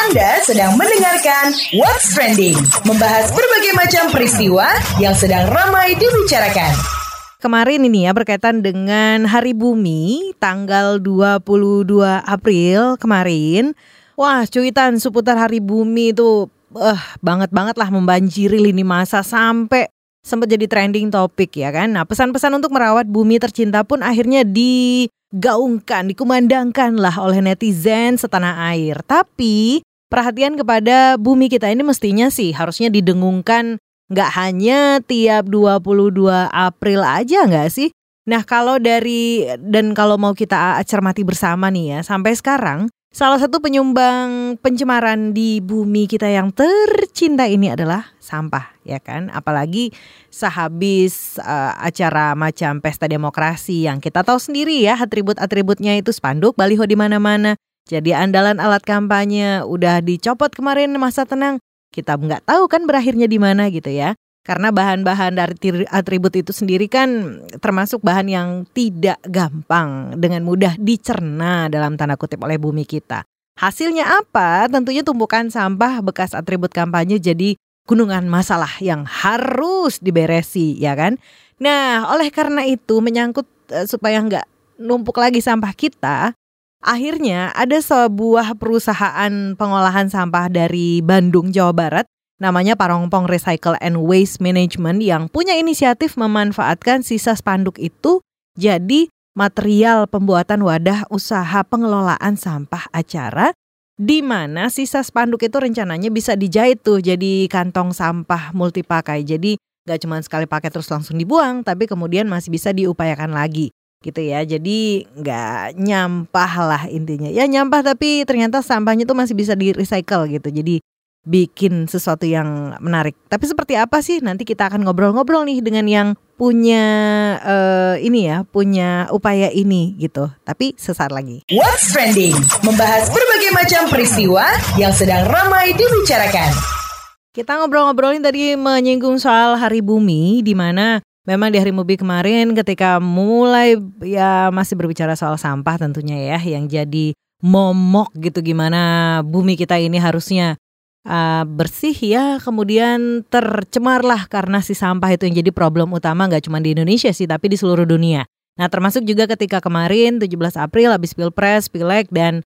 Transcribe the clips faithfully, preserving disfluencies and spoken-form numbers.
Anda sedang mendengarkan What's Trending, membahas berbagai macam peristiwa yang sedang ramai dibicarakan. Kemarin ini ya berkaitan dengan Hari Bumi tanggal dua puluh dua April kemarin. Wah, cuitan seputar Hari Bumi itu eh banget-banget lah membanjiri lini masa sampai sempat jadi trending topik ya kan. Nah, pesan-pesan untuk merawat bumi tercinta pun akhirnya digaungkan, dikumandangkan lah oleh netizen setanah air. Tapi perhatian kepada bumi kita ini mestinya sih harusnya didengungkan nggak hanya tiap dua puluh dua April aja nggak sih? Nah kalau dari, dan kalau mau kita cermati bersama nih ya, sampai sekarang salah satu penyumbang pencemaran di bumi kita yang tercinta ini adalah sampah ya kan. Apalagi sehabis uh, acara macam pesta demokrasi yang kita tahu sendiri ya, atribut-atributnya itu spanduk, baliho di mana-mana. Jadi andalan alat kampanye udah dicopot kemarin masa tenang. Kita nggak tahu kan berakhirnya di mana gitu ya. Karena bahan-bahan dari atribut itu sendiri kan termasuk bahan yang tidak gampang dengan mudah dicerna dalam tanda kutip oleh bumi kita. Hasilnya apa? Tentunya tumpukan sampah bekas atribut kampanye jadi gunungan masalah yang harus diberesi ya kan. Nah oleh karena itu menyangkut uh, supaya nggak numpuk lagi sampah kita. Akhirnya ada sebuah perusahaan pengolahan sampah dari Bandung, Jawa Barat, namanya Parongpong Recycle and Waste Management yang punya inisiatif memanfaatkan sisa spanduk itu jadi material pembuatan wadah usaha pengelolaan sampah acara, di mana sisa spanduk itu rencananya bisa dijahit tuh jadi kantong sampah multipakai. Jadi gak cuma sekali pakai terus langsung dibuang, tapi kemudian masih bisa diupayakan lagi. Gitu ya, jadi nggak nyampah lah intinya. Ya nyampah tapi ternyata sampahnya tuh masih bisa di recycle gitu. Jadi bikin sesuatu yang menarik. Tapi seperti apa sih? Nanti kita akan ngobrol-ngobrol nih dengan yang punya uh, ini ya, punya upaya ini gitu. Tapi sesaat lagi. What's Trending, membahas berbagai macam peristiwa yang sedang ramai dibicarakan. Kita ngobrol-ngobrolin tadi menyinggung soal Hari Bumi, di mana memang di Hari Bumi kemarin ketika mulai ya masih berbicara soal sampah tentunya ya, yang jadi momok gitu gimana bumi kita ini harusnya uh, bersih ya, kemudian tercemar lah karena si sampah itu yang jadi problem utama nggak cuma di Indonesia sih tapi di seluruh dunia. Nah termasuk juga ketika kemarin tujuh belas April habis Pilpres, Pileg dan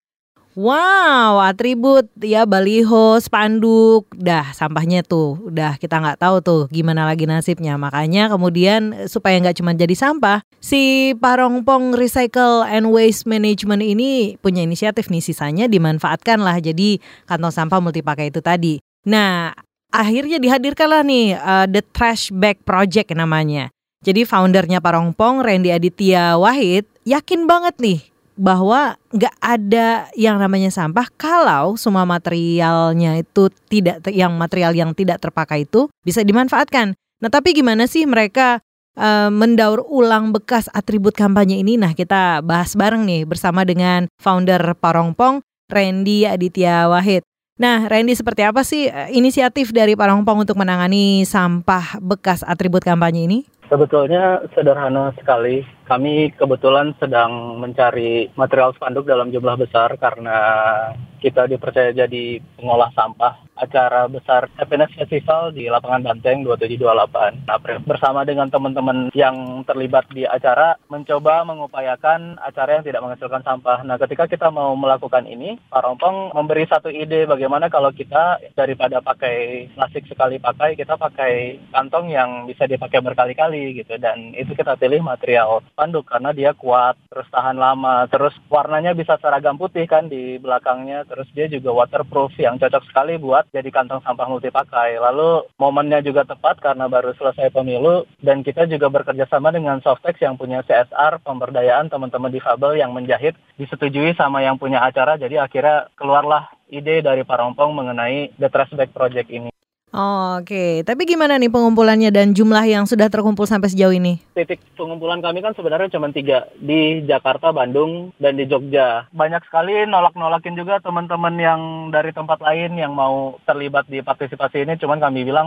wow, atribut ya baliho, spanduk, dah sampahnya tuh, udah kita nggak tahu tuh gimana lagi nasibnya. Makanya kemudian supaya nggak cuma jadi sampah, si Parongpong Recycle and Waste Management ini punya inisiatif nih, sisanya dimanfaatkan lah jadi kantong sampah multipakai itu tadi. Nah akhirnya dihadirkanlah nih uh, The Trash Bag Project namanya. Jadi foundernya Parongpong, Randy Aditya Wahid, yakin banget nih bahwa nggak ada yang namanya sampah kalau semua materialnya itu tidak, yang material yang tidak terpakai itu bisa dimanfaatkan. Nah tapi gimana sih mereka uh, mendaur ulang bekas atribut kampanye ini? Nah kita bahas bareng nih bersama dengan founder Parongpong, Randy Aditya Wahid. Nah Randy, seperti apa sih inisiatif dari Parongpong untuk menangani sampah bekas atribut kampanye ini? Sebetulnya sederhana sekali. Kami kebetulan sedang mencari material spanduk dalam jumlah besar karena kita dipercaya jadi pengolah sampah. Acara besar Happiness Festival di Lapangan Banteng dua puluh tujuh dua puluh delapan April. Bersama dengan teman-teman yang terlibat di acara, mencoba mengupayakan acara yang tidak menghasilkan sampah. Nah, ketika kita mau melakukan ini, Parongpong memberi satu ide bagaimana kalau kita daripada pakai plastik sekali pakai, kita pakai kantong yang bisa dipakai berkali-kali gitu. Dan itu kita pilih material spanduk karena dia kuat, terus tahan lama, terus warnanya bisa seragam putih kan di belakangnya, terus dia juga waterproof yang cocok sekali buat jadi kantong sampah multipakai. Lalu momennya juga tepat karena baru selesai pemilu dan kita juga bekerja sama dengan Softex yang punya C S R pemberdayaan teman-teman difabel yang menjahit, disetujui sama yang punya acara. Jadi akhirnya keluarlah ide dari Parongpong mengenai The Trash Bag Project ini. Oh, oke, okay. Tapi gimana nih pengumpulannya dan jumlah yang sudah terkumpul sampai sejauh ini? Titik pengumpulan kami kan sebenarnya cuma tiga, di Jakarta, Bandung, dan di Jogja. Banyak sekali nolak-nolakin juga teman-teman yang dari tempat lain yang mau terlibat di partisipasi ini, cuman kami bilang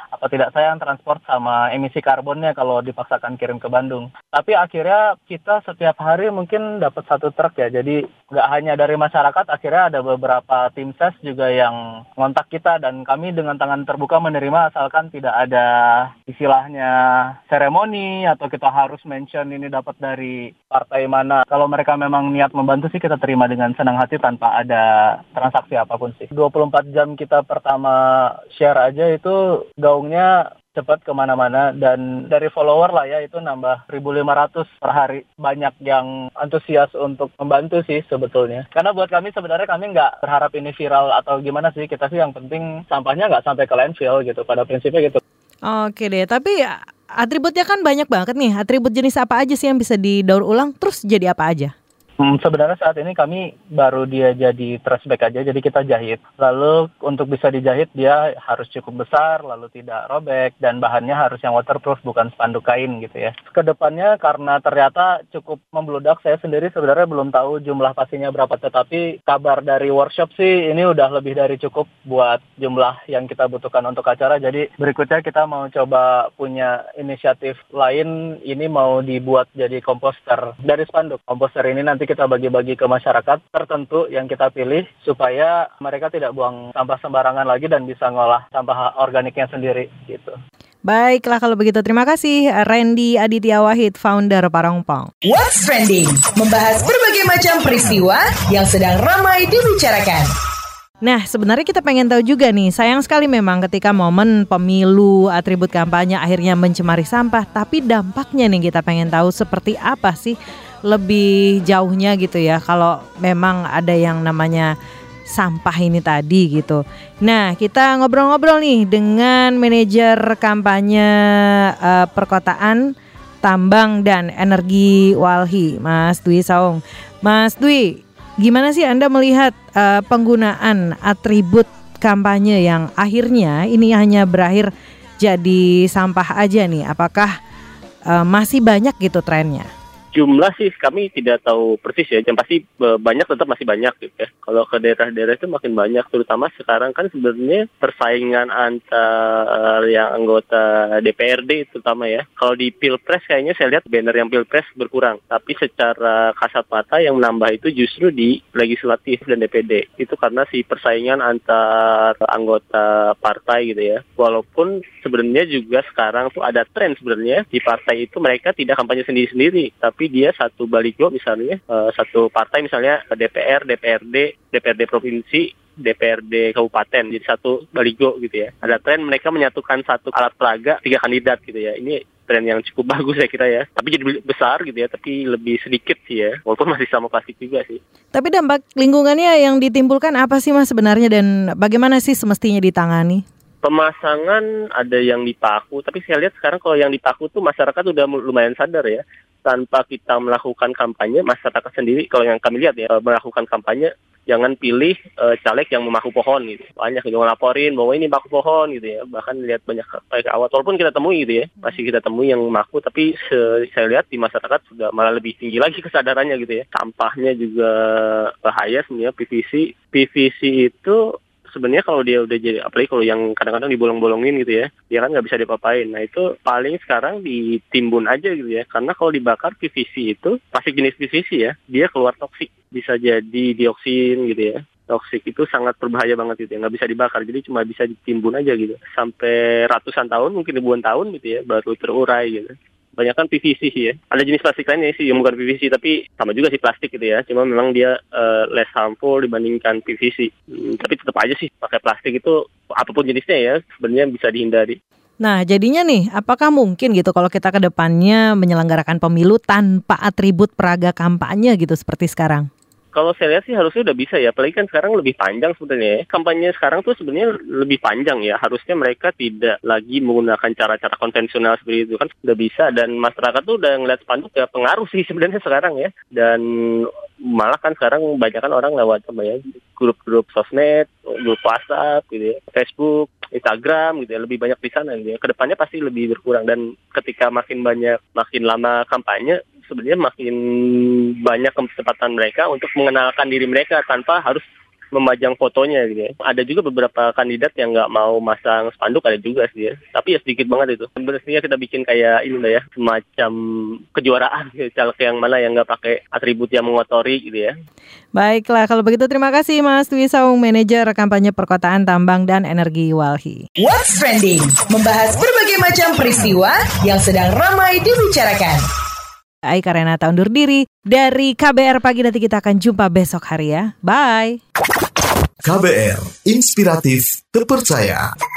apa tidak sayang transport sama emisi karbonnya kalau dipaksakan kirim ke Bandung. Tapi akhirnya kita setiap hari mungkin dapat satu truk ya, jadi nggak hanya dari masyarakat, akhirnya ada beberapa tim ses juga yang ngontak kita dan kami dengan tangan terbuka menerima asalkan tidak ada istilahnya seremoni atau kita harus mention ini dapat dari partai mana. Kalau mereka memang niat membantu sih kita terima dengan senang hati tanpa ada transaksi apapun sih. dua puluh empat jam kita pertama share aja itu gaungnya cepat kemana-mana dan dari follower lah ya itu nambah seribu lima ratus per hari. Banyak yang antusias untuk membantu sih sebetulnya. Karena buat kami sebenarnya kami nggak berharap ini viral atau gimana sih. Kita sih yang penting sampahnya nggak sampai ke landfill gitu pada prinsipnya gitu. Oke deh, tapi atributnya kan banyak banget nih. Atribut jenis apa aja sih yang bisa didaur ulang terus jadi apa aja? Hmm, sebenarnya saat ini kami baru dia jadi trash bag aja, jadi kita jahit. Lalu untuk bisa dijahit dia harus cukup besar, lalu tidak robek, dan bahannya harus yang waterproof, bukan spanduk kain gitu ya. Kedepannya karena ternyata cukup membludak, saya sendiri sebenarnya belum tahu jumlah pastinya berapa, tetapi kabar dari workshop sih ini udah lebih dari cukup buat jumlah yang kita butuhkan untuk acara. Jadi berikutnya kita mau coba punya inisiatif lain, ini mau dibuat jadi komposter dari spanduk. Komposter ini nanti kita bagi-bagi ke masyarakat tertentu yang kita pilih supaya mereka tidak buang sampah sembarangan lagi dan bisa ngolah sampah organiknya sendiri gitu. Baiklah kalau begitu, terima kasih Randy Aditya Wahid, founder Parongpong. What's Trending, membahas berbagai macam peristiwa yang sedang ramai dibicarakan. Nah, sebenarnya kita pengen tahu juga nih, sayang sekali memang ketika momen pemilu, atribut kampanye akhirnya mencemari sampah, tapi dampaknya nih kita pengen tahu seperti apa sih lebih jauhnya gitu ya, kalau memang ada yang namanya sampah ini tadi gitu. Nah, kita ngobrol-ngobrol nih dengan manajer kampanye uh, perkotaan, tambang dan energi Walhi, Mas Dwi Saung. Mas Dwi, gimana sih Anda melihat uh, penggunaan atribut kampanye yang akhirnya ini hanya berakhir jadi sampah aja nih? Apakah uh, masih banyak gitu trennya? Jumlah sih kami tidak tahu persis ya, yang pasti banyak, tetap masih banyak gitu ya. Kalau ke daerah-daerah itu makin banyak, terutama sekarang kan sebenarnya persaingan antar yang anggota D P R D terutama ya. Kalau di Pilpres kayaknya saya lihat banner yang Pilpres berkurang, tapi secara kasat mata yang menambah itu justru di legislatif dan D P D. Itu karena si persaingan antar anggota partai gitu ya. Walaupun sebenarnya juga sekarang tuh ada tren sebenarnya di partai itu mereka tidak kampanye sendiri-sendiri, tapi dia satu baligo misalnya, uh, satu partai misalnya D P R, D P R D, D P R D provinsi, D P R D kabupaten, jadi satu baligo gitu ya. Ada tren mereka menyatukan satu alat peraga tiga kandidat gitu ya. Ini tren yang cukup bagus saya kira ya. Tapi jadi besar gitu ya, tapi lebih sedikit sih ya. Walaupun masih sama plastik juga sih. Tapi dampak lingkungannya yang ditimbulkan apa sih Mas sebenarnya, dan bagaimana sih semestinya ditangani? Pemasangan ada yang dipaku, tapi saya lihat sekarang kalau yang dipaku tuh masyarakat udah lumayan sadar ya. Tanpa kita melakukan kampanye, masyarakat sendiri, kalau yang kami lihat ya, melakukan kampanye, jangan pilih e, caleg yang memaku pohon gitu. Banyak gitu ngelaporin bahwa ini maku pohon gitu ya. Bahkan lihat banyak kayak awal, walaupun kita temui gitu ya, masih kita temui yang maku, tapi se- saya lihat di masyarakat sudah malah lebih tinggi lagi kesadarannya gitu ya. Sampahnya juga bahaya sebenarnya P V C. P V C itu sebenarnya kalau dia udah jadi, apalagi kalau yang kadang-kadang dibolong-bolongin gitu ya, dia kan nggak bisa diapa-apain. Nah itu paling sekarang ditimbun aja gitu ya, karena kalau dibakar P V C itu, plastik jenis P V C ya, dia keluar toksik, bisa jadi dioksin gitu ya. Toksik itu sangat berbahaya banget gitu ya, nggak bisa dibakar, jadi cuma bisa ditimbun aja gitu. Sampai ratusan tahun, mungkin ribuan tahun gitu ya, baru terurai gitu. Banyak kan P V C sih ya. Ada jenis plastik lainnya sih yang bukan P V C, tapi sama juga sih plastik gitu ya. Cuma memang dia uh, less harmful dibandingkan P V C. Hmm, tapi tetap aja sih pakai plastik itu apapun jenisnya ya sebenarnya bisa dihindari. Nah jadinya nih, apakah mungkin gitu kalau kita ke depannya menyelenggarakan pemilu tanpa atribut peraga kampanye gitu seperti sekarang? Kalau saya lihat sih harusnya udah bisa ya, apalagi kan sekarang lebih panjang sebenarnya. Kampanye sekarang tuh sebenarnya lebih panjang ya, harusnya mereka tidak lagi menggunakan cara-cara konvensional seperti itu kan udah bisa, dan masyarakat tuh udah ngeliat spanduk ya pengaruh sih sebenarnya sekarang ya. Dan malah kan sekarang banyak kan orang lewat apa ya, grup-grup sosmed, grup WhatsApp gitu ya, Facebook, Instagram gitu ya, lebih banyak di sana gitu ya. Kedepannya pasti lebih berkurang, dan ketika makin banyak, makin lama kampanye, sebenarnya makin banyak kesempatan mereka untuk mengenalkan diri mereka tanpa harus memajang fotonya gitu ya. Ada juga beberapa kandidat yang nggak mau masang spanduk, ada juga sih ya. Tapi ya sedikit banget itu. Sebenarnya kita bikin kayak ini lah ya, semacam kejuaraan gitu, caleg yang mana yang nggak pakai atribut yang mengotori gitu ya. Baiklah, kalau begitu terima kasih Mas Dwi Saung, Manajer Kampanye Perkotaan Tambang dan Energi Walhi. What's Trending, membahas berbagai macam peristiwa yang sedang ramai dibicarakan. Aika Renata undur diri dari K B R Pagi, nanti kita akan jumpa besok hari ya. Bye. K B R, inspiratif, terpercaya.